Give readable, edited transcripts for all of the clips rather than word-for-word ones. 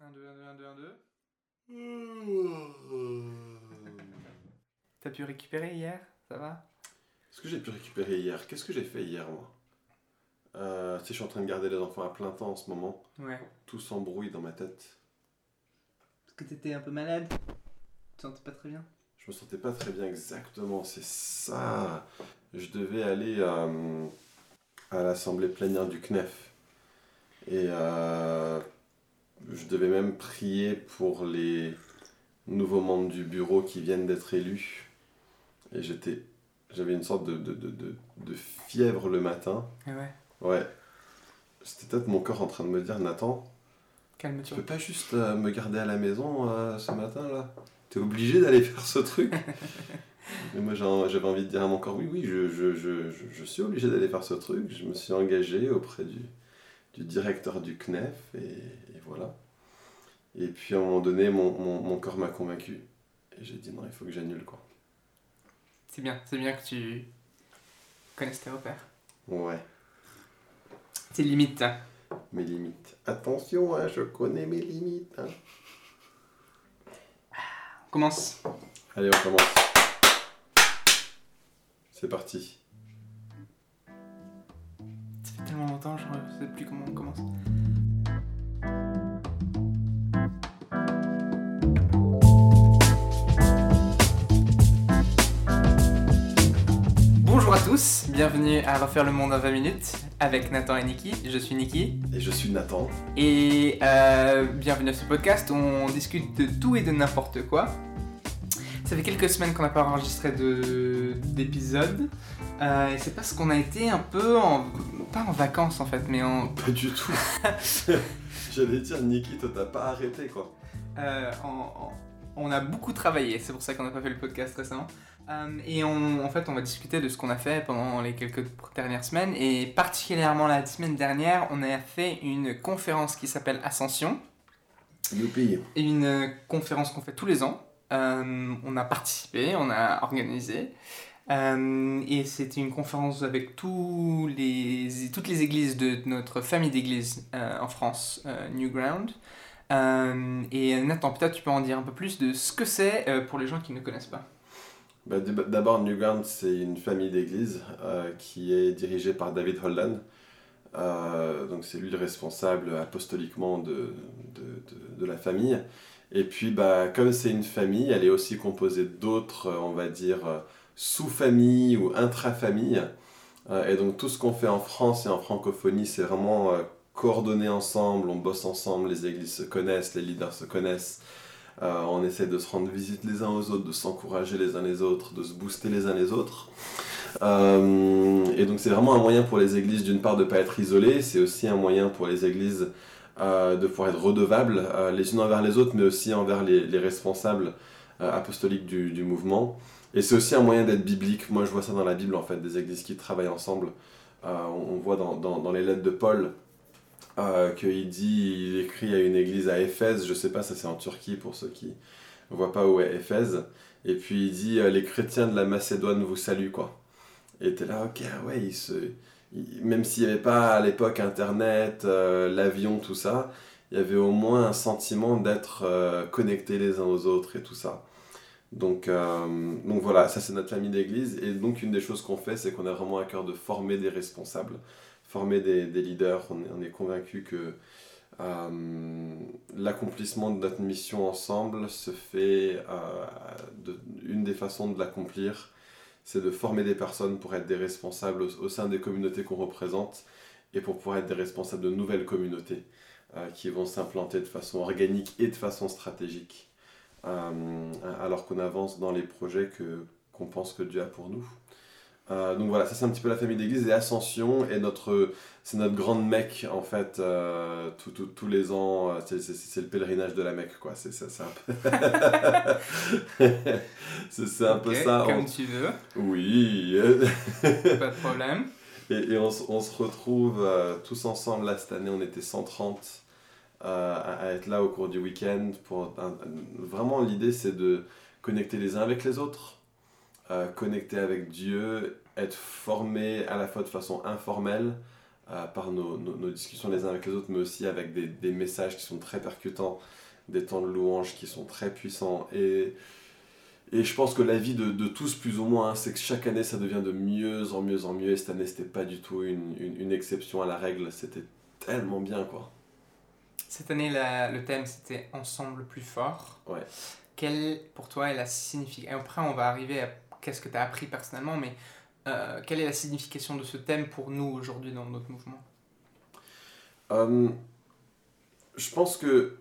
1, 2, 1, 2, 1, 2, 1, 2. T'as pu récupérer hier? Ça va? Est-ce que j'ai pu récupérer hier? Qu'est-ce que j'ai fait hier, moi? Tu sais, je suis en train de garder les enfants à plein temps en ce moment. Ouais. Tout s'embrouille dans ma tête. Parce que t'étais un peu malade? Tu te sentais pas très bien? Je me sentais pas très bien exactement, c'est ça. Je devais aller à l'assemblée plénière du CNEF. Et je devais même prier pour les nouveaux membres du bureau qui viennent d'être élus. Et j'avais une sorte de fièvre le matin. Ah ouais. Ouais. C'était peut-être mon corps en train de me dire, Nathan, tu Calme-toi. peux pas juste me garder à la maison ce matin là? T'es obligé d'aller faire ce truc? Mais moi j'avais envie de dire à mon corps, oui, je suis obligé d'aller faire ce truc. Je me suis engagé auprès du directeur du CNEF et voilà. Et puis à un moment donné, mon corps m'a convaincu. Et j'ai dit non, il faut que j'annule quoi. C'est bien que tu connaisses tes repères. Ouais, Tes limites. Hein. mes limites. Attention, hein, je connais mes limites. Hein. On commence. Allez, on commence. C'est parti. Ça fait tellement longtemps, je sais plus comment on commence. Bonjour à tous, bienvenue à Refaire le monde en 20 minutes avec Nathan et Niki. Je suis Niki. Et je suis Nathan. Et bienvenue à ce podcast où on discute de tout et de n'importe quoi. Ça fait quelques semaines qu'on n'a pas enregistré d'épisode. Et c'est parce qu'on a été un peu pas en vacances en fait, mais en... Pas du tout. J'allais dire, Niki, toi t'as pas arrêté quoi. On a beaucoup travaillé, c'est pour ça qu'on n'a pas fait le podcast récemment. Et en fait, on va discuter de ce qu'on a fait pendant les quelques dernières semaines. Et particulièrement la semaine dernière, on a fait une conférence qui s'appelle Ascension. Youpi. Une conférence qu'on fait tous les ans. On a participé, on a organisé. Et c'était une conférence avec toutes les églises de notre famille d'églises en France, Newground. Et Nathan, peut-être tu peux en dire un peu plus de ce que c'est pour les gens qui ne connaissent pas. Bah, d'abord, Newground, c'est une famille d'église qui est dirigée par David Holden. Donc c'est lui le responsable apostoliquement de la famille. Et puis, bah, comme c'est une famille, elle est aussi composée d'autres, on va dire, sous-familles ou intra-familles. Et donc tout ce qu'on fait en France et en francophonie, c'est vraiment coordonné ensemble, on bosse ensemble, les églises se connaissent, les leaders se connaissent. On essaie de se rendre visite les uns aux autres, de s'encourager les uns les autres, de se booster les uns les autres. Et donc c'est vraiment un moyen pour les églises d'une part de ne pas être isolées, c'est aussi un moyen pour les églises de pouvoir être redevables les unes envers les autres, mais aussi envers les responsables apostoliques du mouvement. Et c'est aussi un moyen d'être biblique. Moi je vois ça dans la Bible en fait, des églises qui travaillent ensemble. On voit dans les lettres de Paul il écrit à une église à Éphèse, je sais pas, ça c'est en Turquie pour ceux qui ne voient pas où est Éphèse, et puis il dit les chrétiens de la Macédoine vous saluent quoi. Et t'es là, ok, ouais, même s'il n'y avait pas à l'époque internet, l'avion, tout ça, il y avait au moins un sentiment d'être connectés les uns aux autres et tout ça. Donc voilà, ça c'est notre famille d'église, et donc une des choses qu'on fait, c'est qu'on a vraiment à cœur de former des responsables, former des leaders. On est convaincus que l'accomplissement de notre mission ensemble se fait, une des façons de l'accomplir, c'est de former des personnes pour être des responsables au sein des communautés qu'on représente, et pour pouvoir être des responsables de nouvelles communautés qui vont s'implanter de façon organique et de façon stratégique, alors qu'on avance dans les projets qu'on pense que Dieu a pour nous. Donc voilà, ça c'est un petit peu la famille d'église, et Ascension est c'est notre grande Mecque en fait, tous les ans, c'est le pèlerinage de la Mecque quoi, c'est un peu, c'est un peu ça. Comme tu veux. Oui. Pas de problème. Et on se retrouve tous ensemble là cette année, on était 130 à être là au cours du week-end. Vraiment l'idée c'est de connecter les uns avec les autres, connecter avec Dieu, être formé à la fois de façon informelle, par nos discussions les uns avec les autres, mais aussi avec des messages qui sont très percutants, des temps de louange qui sont très puissants. Et je pense que l'avis de tous, plus ou moins, c'est que chaque année, ça devient de mieux en mieux en mieux. Et cette année, c'était pas du tout une exception à la règle. C'était tellement bien, quoi. Cette année, le thème, c'était Ensemble plus fort. Ouais. Quelle, pour toi, est la signification... Après, on va arriver à qu'est-ce que tu as appris personnellement, mais quelle est la signification de ce thème pour nous aujourd'hui dans notre mouvement? Je pense que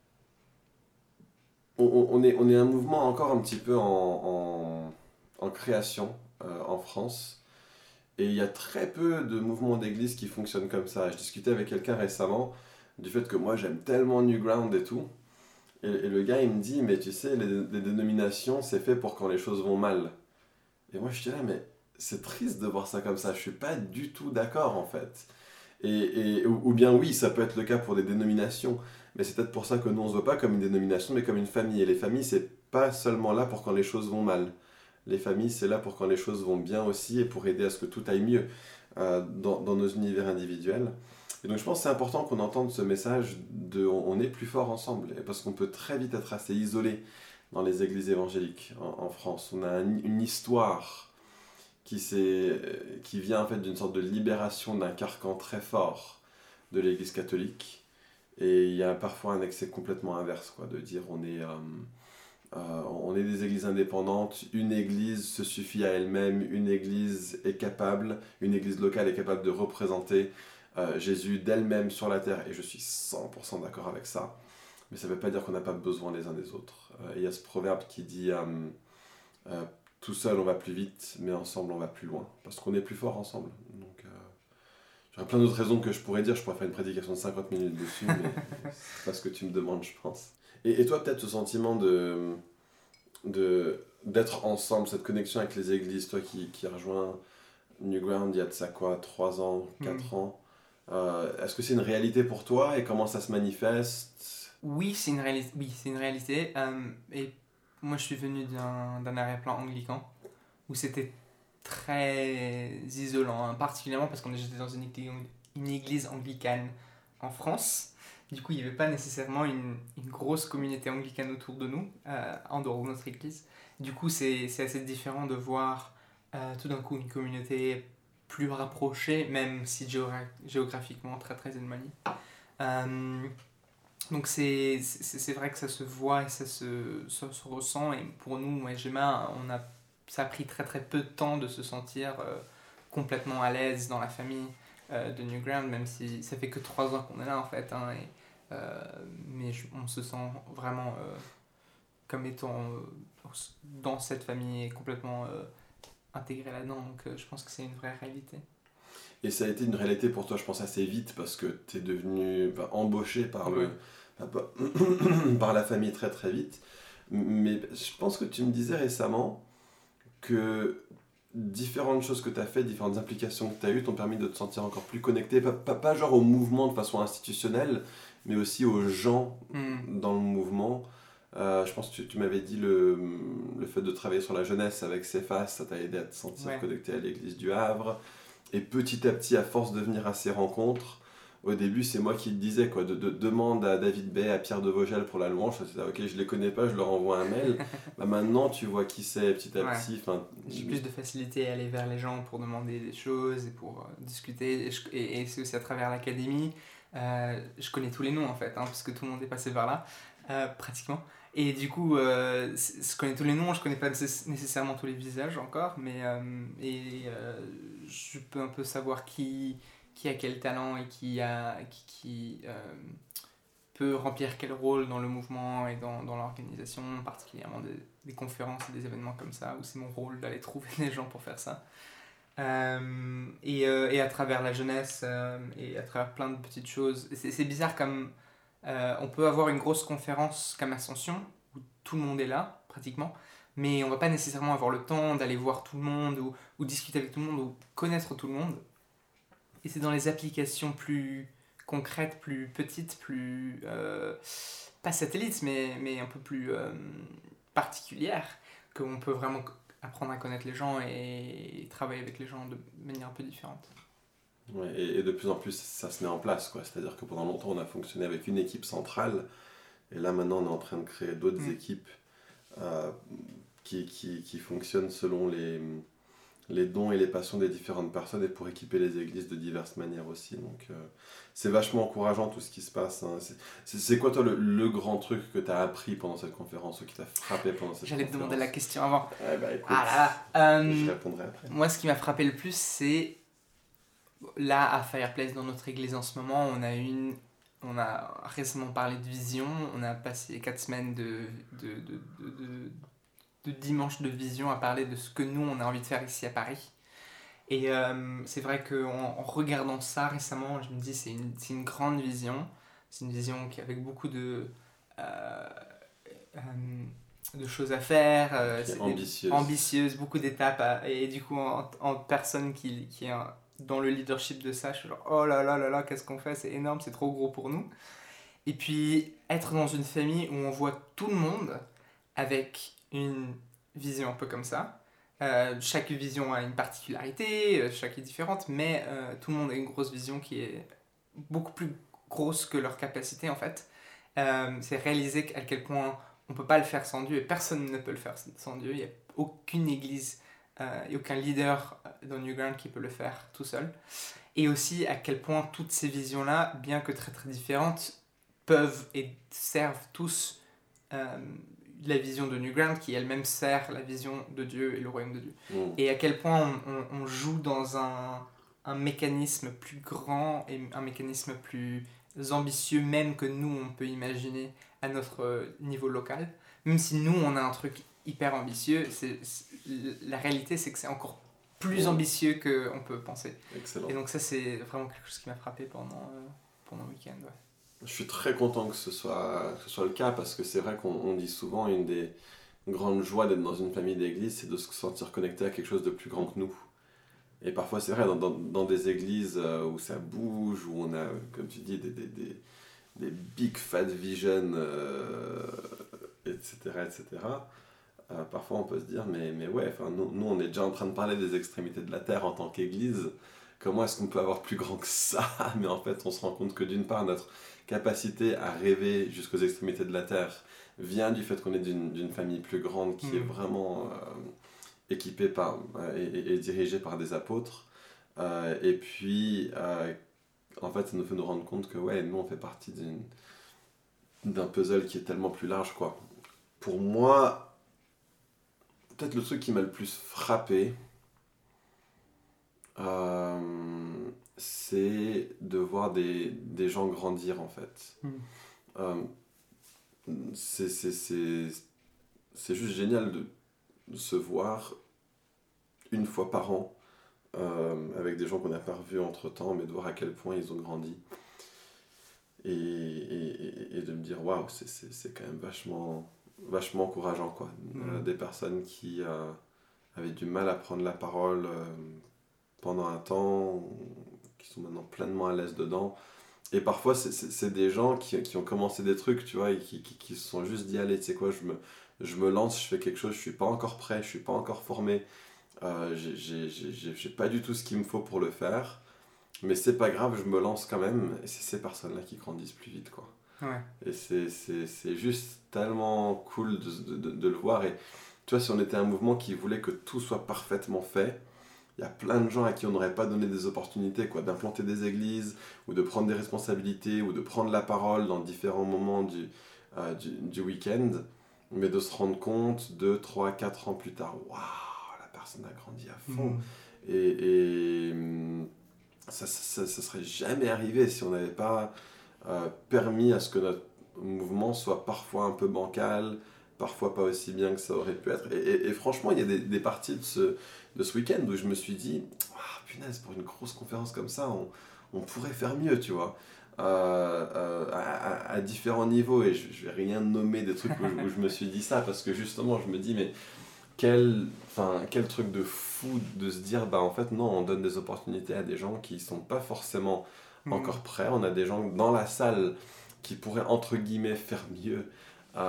on est un mouvement encore un petit peu en création en France. Et il y a très peu de mouvements d'église qui fonctionnent comme ça. Je discutais avec quelqu'un récemment du fait que moi j'aime tellement Newground et tout. Et le gars il me dit, mais tu sais, les dénominations c'est fait pour quand les choses vont mal. Et moi je dis là, mais c'est triste de voir ça comme ça. Je suis pas du tout d'accord en fait. Ou bien oui, ça peut être le cas pour des dénominations, mais c'est peut-être pour ça que nous on se voit pas comme une dénomination, mais comme une famille. Et les familles, c'est pas seulement là pour quand les choses vont mal. Les familles, c'est là pour quand les choses vont bien aussi et pour aider à ce que tout aille mieux dans nos univers individuels. Et donc je pense que c'est important qu'on entende ce message de on est plus fort ensemble, et parce qu'on peut très vite être assez isolé dans les églises évangéliques en France. On a une histoire qui vient en fait d'une sorte de libération d'un carcan très fort de l'Église catholique. Et il y a parfois un excès complètement inverse, quoi, de dire on est des églises indépendantes, une église se suffit à elle-même, une église est capable, une église locale est capable de représenter Jésus d'elle-même sur la terre, et je suis 100% d'accord avec ça. Mais ça ne veut pas dire qu'on n'a pas besoin les uns des autres. Il y a ce proverbe qui dit tout seul on va plus vite, mais ensemble on va plus loin, parce qu'on est plus fort ensemble. Donc j'aurais plein d'autres raisons que je pourrais dire, je pourrais faire une prédication de 50 minutes dessus, mais c'est pas ce que tu me demandes, je pense. Et toi, peut-être ce sentiment d'être ensemble, cette connexion avec les églises, toi qui rejoins Newground il y a de ça quoi, 3 ans, 4 ans, est-ce que c'est une réalité pour toi et comment ça se manifeste? Oui, c'est une réalité. Oui, c'est une réalité. Et moi, je suis venu d'un arrière-plan anglican où c'était très isolant, hein, particulièrement parce qu'on j'étais dans une église anglicane en France. Du coup, il n'y avait pas nécessairement une grosse communauté anglicane autour de nous, en dehors de notre église. Du coup, c'est assez différent de voir tout d'un coup une communauté plus rapprochée, même si géographiquement très très éloignée. Euh, donc c'est vrai que ça se voit et ça se ressent. Et pour nous, moi et Gemma, ça a pris très très peu de temps de se sentir complètement à l'aise dans la famille de Newground, même si ça fait que 3 ans qu'on est là en fait. Hein, mais on se sent vraiment comme étant dans cette famille et complètement intégré là-dedans. Donc je pense que c'est une vraie réalité. Et ça a été une réalité pour toi, je pense, assez vite, parce que tu es devenu embauché par la famille très très vite. Mais je pense que tu me disais récemment que différentes choses que tu as fait, différentes implications que tu as eues t'ont permis de te sentir encore plus connecté, pas genre au mouvement de façon institutionnelle, mais aussi aux gens dans le mouvement. Je pense que tu m'avais dit le fait de travailler sur la jeunesse avec Cephas, ça t'a aidé à te sentir connecté à l'église du Havre. Et petit à petit, à force de venir à ces rencontres, au début, c'est moi qui te disais, quoi, demande à David Bay, à Pierre de Vogel pour la louange. Je disais, ok, je les connais pas, je leur envoie un mail. Bah, maintenant, tu vois qui c'est petit à petit. J'ai plus de facilité à aller vers les gens pour demander des choses et pour discuter. Et c'est aussi à travers l'académie. Je connais tous les noms en fait, hein, parce que tout le monde est passé par là, pratiquement. Et du coup, je connais tous les noms, je connais pas nécessairement tous les visages encore, mais je peux un peu savoir qui a quel talent et qui peut remplir quel rôle dans le mouvement et dans l'organisation, particulièrement des conférences et des événements comme ça, où c'est mon rôle d'aller trouver des gens pour faire ça. Et à travers la jeunesse et à travers plein de petites choses. C'est bizarre comme on peut avoir une grosse conférence comme Ascension, où tout le monde est là, pratiquement, mais on va pas nécessairement avoir le temps d'aller voir tout le monde ou discuter avec tout le monde ou connaître tout le monde. Et c'est dans les applications plus concrètes, plus petites, plus pas satellites, mais un peu plus particulières, qu'on peut vraiment apprendre à connaître les gens et travailler avec les gens de manière un peu différente. Ouais, et de plus en plus, ça se met en place, quoi. C'est-à-dire que pendant longtemps, on a fonctionné avec une équipe centrale, et là, maintenant, on est en train de créer d'autres équipes euh, qui fonctionnent selon les dons et les passions des différentes personnes et pour équiper les églises de diverses manières aussi. Donc, c'est vachement encourageant tout ce qui se passe. Hein. C'est quoi, toi, le grand truc que tu as appris pendant cette conférence ou qui t'a frappé pendant cette J'allais te conférence? demander la question avant. Eh ben, écoute, Ah là là. je répondrai après. Moi, ce qui m'a frappé le plus, c'est là à Fireplace dans notre église en ce moment, on a récemment parlé de vision. On a passé 4 semaines de dimanche de vision à parler de ce que nous on a envie de faire ici à Paris. Et c'est vrai qu'en regardant ça récemment, je me dis c'est une grande vision. C'est une vision avec beaucoup euh, de choses à faire, c'est ambitieuse, beaucoup d'étapes. Et du coup, en personne qui est dans le leadership de ça, je suis genre oh là là là là, qu'est-ce qu'on fait? C'est énorme, c'est trop gros pour nous. Et puis être dans une famille où on voit tout le monde avec une vision un peu comme ça. Chaque vision a une particularité, chaque est différente, mais tout le monde a une grosse vision qui est beaucoup plus grosse que leur capacité en fait. C'est réaliser à quel point on ne peut pas le faire sans Dieu et personne ne peut le faire sans Dieu. Il n'y a aucune église et aucun leader dans Newground qui peut le faire tout seul. Et aussi à quel point toutes ces visions-là, bien que très très différentes, peuvent et servent tous la vision de Newground qui elle-même sert la vision de Dieu et le royaume de Dieu. Et à quel point on joue dans un mécanisme plus grand et un mécanisme plus ambitieux même que nous on peut imaginer à notre niveau local. Même si nous on a un truc hyper ambitieux, la réalité c'est que c'est encore plus ambitieux qu'on peut penser. Excellent. Et donc ça c'est vraiment quelque chose qui m'a frappé pendant le week-end. Ouais. Je suis très content que ce soit le cas parce que c'est vrai qu'on dit souvent une des grandes joies d'être dans une famille d'église, c'est de se sentir connecté à quelque chose de plus grand que nous. Et parfois c'est vrai, dans des églises où ça bouge, où on a, comme tu dis, des big fat vision, etc. etc. Parfois on peut se dire, mais ouais, nous on est déjà en train de parler des extrémités de la terre en tant qu'église. Comment est-ce qu'on peut avoir plus grand que ça? Mais en fait, on se rend compte que d'une part, notre capacité à rêver jusqu'aux extrémités de la terre vient du fait qu'on est d'une famille plus grande qui est vraiment équipée et dirigée par des apôtres. Et puis, en fait, ça nous fait nous rendre compte que ouais, nous, on fait partie d'un puzzle qui est tellement plus large, quoi. Pour moi, peut-être le truc qui m'a le plus frappé, c'est de voir des gens grandir en fait. C'est juste génial de se voir une fois par an avec des gens qu'on n'a pas revus entre temps, mais de voir à quel point ils ont grandi et de me dire waouh, c'est quand même vachement encourageant quoi. Des personnes qui avaient du mal à prendre la parole pendant un temps, qui sont maintenant pleinement à l'aise dedans. Et parfois, c'est des gens qui ont commencé des trucs, tu vois, et qui se sont juste dit, allez, tu sais quoi, je me lance, je fais quelque chose, je suis pas encore prêt, je suis pas encore formé, j'ai pas du tout ce qu'il me faut pour le faire, mais c'est pas grave, je me lance quand même, et c'est ces personnes-là qui grandissent plus vite, quoi. Ouais. Et c'est juste tellement cool de le voir, et tu vois, si on était un mouvement qui voulait que tout soit parfaitement fait, il y a plein de gens à qui on n'aurait pas donné des opportunités, quoi, d'implanter des églises, ou de prendre des responsabilités, ou de prendre la parole dans différents moments du week-end, mais de se rendre compte 2, 3, 4 ans plus tard, waouh, la personne a grandi à fond. Et ça serait jamais arrivé si on n'avait pas permis à ce que notre mouvement soit parfois un peu bancal, parfois pas aussi bien que ça aurait pu être. Et franchement, il y a des parties de ce week-end où je me suis dit, ah, punaise, pour une grosse conférence comme ça, on pourrait faire mieux, tu vois. À différents niveaux, et je vais rien nommer des trucs où je me suis dit ça, parce que justement, je me dis, mais quel truc de fou de se dire, bah en fait, non, on donne des opportunités à des gens qui sont pas forcément encore prêts. On a des gens dans la salle qui pourraient, entre guillemets, faire mieux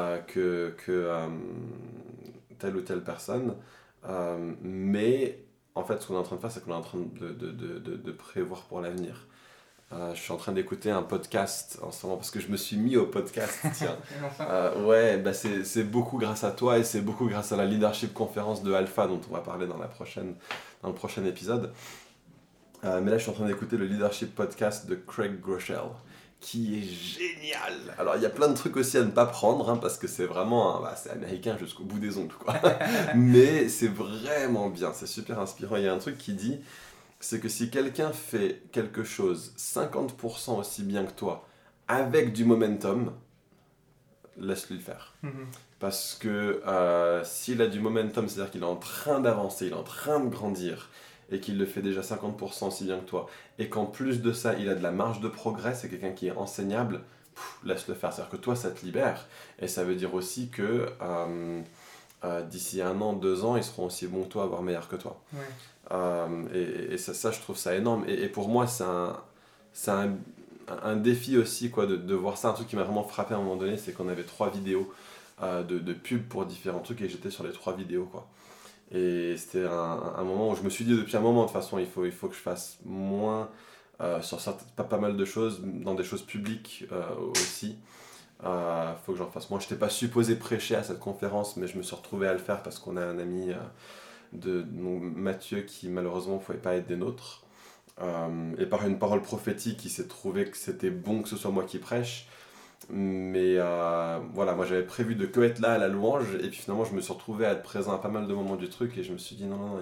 que telle ou telle personne, mais en fait, ce qu'on est en train de faire, c'est qu'on est en train de prévoir pour l'avenir. Je suis en train d'écouter un podcast en ce moment parce que je me suis mis au podcast. Tiens. Ouais, bah c'est beaucoup grâce à toi et c'est beaucoup grâce à la Leadership Conférence de Alpha dont on va parler dans le prochain épisode. Mais là, je suis en train d'écouter le Leadership Podcast de Craig Groeschel qui est génial. Alors, il y a plein de trucs aussi à ne pas prendre hein, parce que c'est vraiment, c'est américain jusqu'au bout des ongles, quoi. Mais c'est vraiment bien, c'est super inspirant. Il y a un truc qui dit, c'est que si quelqu'un fait quelque chose 50% aussi bien que toi, avec du momentum, laisse-lui le faire. Parce que s'il a du momentum, c'est-à-dire qu'il est en train d'avancer, il est en train de grandir, et qu'il le fait déjà 50% aussi bien que toi, et qu'en plus de ça, il a de la marge de progrès, c'est quelqu'un qui est enseignable, laisse-le faire. C'est-à-dire que toi, ça te libère, et ça veut dire aussi que d'ici 1 an, 2 ans, ils seront aussi bons que toi, voire meilleurs que toi. Et ça, je trouve ça énorme. Et pour moi, c'est un défi aussi quoi, de voir ça. Un truc qui m'a vraiment frappé à un moment donné, c'est qu'on avait 3 vidéos de pub pour différents trucs, et j'étais sur les 3 vidéos, quoi. Et c'était un moment où je me suis dit depuis un moment de toute façon il faut que je fasse moins sur pas mal de choses, dans des choses publiques aussi. Faut que j'en fasse moins. Je n'étais pas supposé prêcher à cette conférence, mais je me suis retrouvé à le faire parce qu'on a un ami Mathieu qui malheureusement ne pouvait pas être des nôtres. Et par une parole prophétique, il s'est trouvé que c'était bon que ce soit moi qui prêche. Mais voilà, moi j'avais prévu de que être là à la louange, et puis finalement je me suis retrouvé à être présent à pas mal de moments du truc, et je me suis dit non,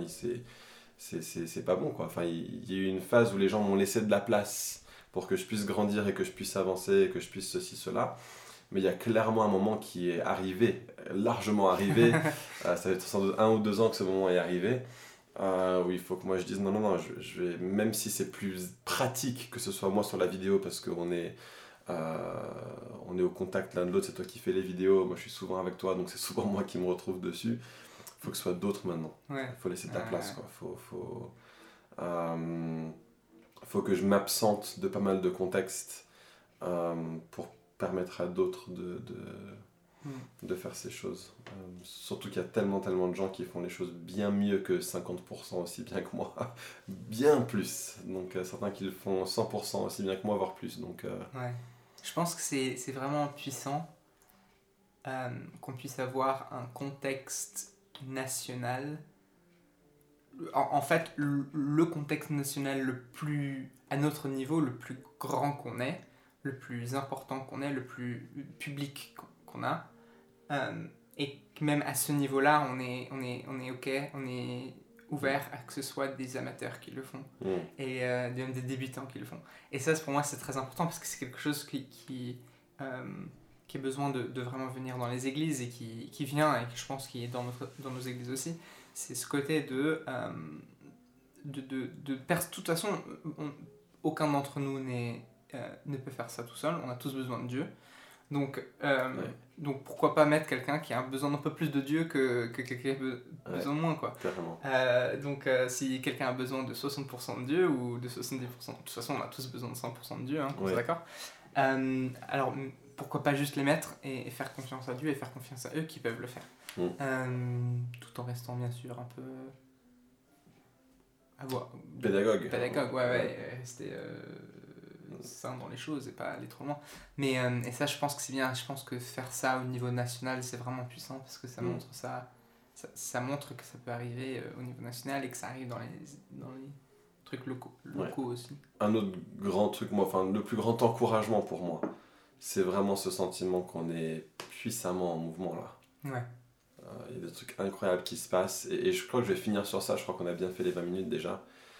c'est pas bon, quoi. Enfin, il y a eu une phase où les gens m'ont laissé de la place pour que je puisse grandir et que je puisse avancer et que je puisse ceci, cela. Mais il y a clairement un moment qui est arrivé, largement arrivé, ça fait sans doute 1 ou 2 ans que ce moment est arrivé, où il faut que moi je dise non, je vais, même si c'est plus pratique que ce soit moi sur la vidéo parce qu'on est au contact l'un de l'autre, c'est toi qui fais les vidéos, moi je suis souvent avec toi, donc c'est souvent moi qui me retrouve dessus. Il faut que ce soit d'autres maintenant. Il faut laisser ta place, quoi. Faut que je m'absente de pas mal de contextes pour permettre à d'autres de faire ces choses. Surtout qu'il y a tellement de gens qui font les choses bien mieux que 50% aussi bien que moi. Bien plus. Donc certains qui le font 100% aussi bien que moi, voire plus. Donc, Je pense que c'est vraiment puissant qu'on puisse avoir un contexte national. En fait, le contexte national le plus, à notre niveau, le plus grand qu'on ait, le plus important qu'on ait, le plus public qu'on a. Et même à ce niveau-là, on est OK, on est ouvert à que ce soit des amateurs qui le font et même des débutants qui le font. Et ça, pour moi, c'est très important parce que c'est quelque chose qui a besoin de vraiment venir dans les églises et qui vient, et que je pense qui est dans nos églises aussi. C'est ce côté de toute façon, aucun d'entre nous ne peut faire ça tout seul, on a tous besoin de Dieu. Donc pourquoi pas mettre quelqu'un qui a besoin d'un peu plus de Dieu que quelqu'un qui a besoin de moins, quoi. Donc si quelqu'un a besoin de 60% de Dieu ou de 70%, de toute façon on a tous besoin de 100% de Dieu, hein, on est d'accord. Alors pourquoi pas juste les mettre et faire confiance à Dieu et faire confiance à eux qui peuvent le faire. Tout en restant bien sûr un peu pédagogue, rester sain dans les choses et pas aller trop loin, mais et ça je pense que c'est bien. Je pense que faire ça au niveau national c'est vraiment puissant parce que ça montre ça montre que ça peut arriver au niveau national et que ça arrive dans les trucs locaux aussi. Un autre grand truc, le plus grand encouragement pour moi, c'est vraiment ce sentiment qu'on est puissamment en mouvement là. Il y a des trucs incroyables qui se passent, et je crois que je vais finir sur ça. Je crois qu'on a bien fait les 20 minutes déjà.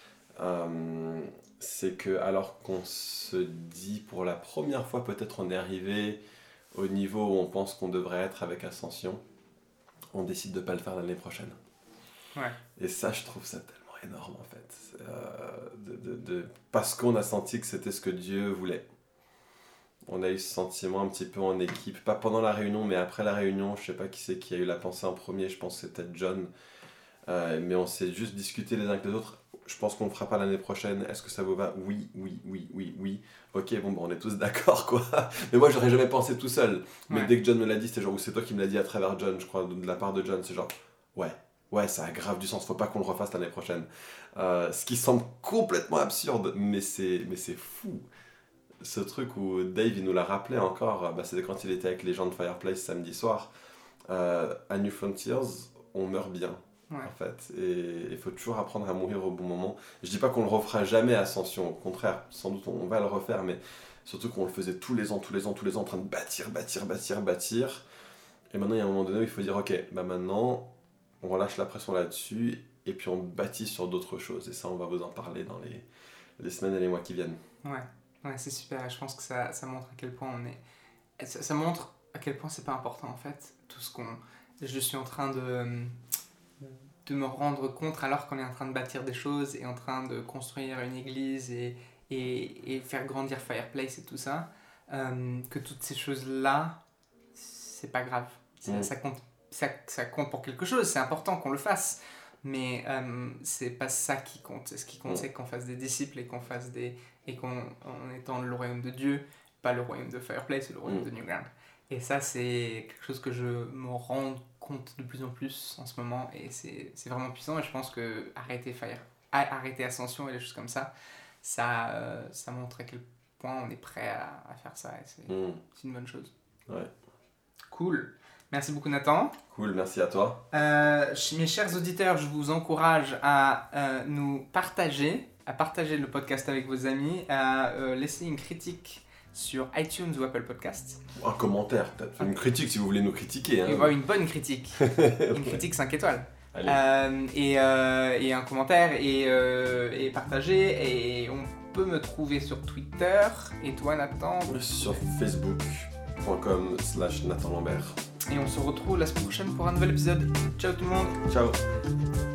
C'est que alors qu'on se dit pour la première fois peut-être on est arrivé au niveau où on pense qu'on devrait être avec Ascension, on décide de ne pas le faire l'année prochaine. Et ça, je trouve ça tellement énorme en fait, parce qu'on a senti que c'était ce que Dieu voulait. On a eu ce sentiment un petit peu en équipe, pas pendant la réunion mais après la réunion. Je sais pas qui c'est qui a eu la pensée en premier, je pense que c'est peut-être John, mais on s'est juste discuté les uns avec les autres. Je pense qu'on le fera pas l'année prochaine, est-ce que ça vous va? Oui. Ok, bon, on est tous d'accord, quoi. Mais moi j'aurais jamais pensé tout seul, mais dès que John me l'a dit, c'était genre, ou c'est toi qui me l'as dit à travers John, je crois, de la part de John, c'est genre ouais, ouais, ça a grave du sens, faut pas qu'on le refasse l'année prochaine. Ce qui semble complètement absurde, mais c'est fou. Ce truc où Dave il nous l'a rappelé encore, c'était quand il était avec les gens de Fireplace samedi soir. À New Frontiers, on meurt bien. Ouais. En fait, et il faut toujours apprendre à mourir au bon moment. Je dis pas qu'on le refera jamais Ascension, au contraire, sans doute on va le refaire, mais surtout qu'on le faisait tous les ans, en train de bâtir. Et maintenant il y a un moment donné où il faut dire ok, maintenant on relâche la pression là-dessus et puis on bâtit sur d'autres choses. Et ça on va vous en parler dans les semaines et les mois qui viennent. Ouais, c'est super. Je pense que ça montre à quel point on est. Ça montre à quel point c'est pas important en fait. Tout ce qu'on. Je suis en train de me rendre compte alors qu'on est en train de bâtir des choses et en train de construire une église et faire grandir Fireplace et tout ça, que toutes ces choses-là, c'est pas grave. Ça compte pour quelque chose, c'est important qu'on le fasse, mais c'est pas ça qui compte. Ce qui compte, c'est qu'on fasse des disciples et qu'on étend le royaume de Dieu, pas le royaume de Fireplace, le royaume de Newground. Et ça, c'est quelque chose que je me rends compte de plus en plus en ce moment, et c'est vraiment puissant. Et je pense que arrêter Ascension et des choses comme ça montre à quel point on est prêt à faire ça, et c'est une bonne chose. Ouais. Cool. Merci beaucoup Nathan. Cool, merci à toi. Mes chers auditeurs, je vous encourage à partager le podcast avec vos amis, à laisser une critique sur iTunes ou Apple Podcast. Un commentaire, peut-être une critique si vous voulez nous critiquer. Hein. Une bonne critique. Une critique 5 étoiles. Et un commentaire et partager. Et on peut me trouver sur Twitter. Et toi Nathan? Sur facebook.com/Nathan Lambert. Et on se retrouve la semaine prochaine pour un nouvel épisode. Ciao tout le monde. Ciao.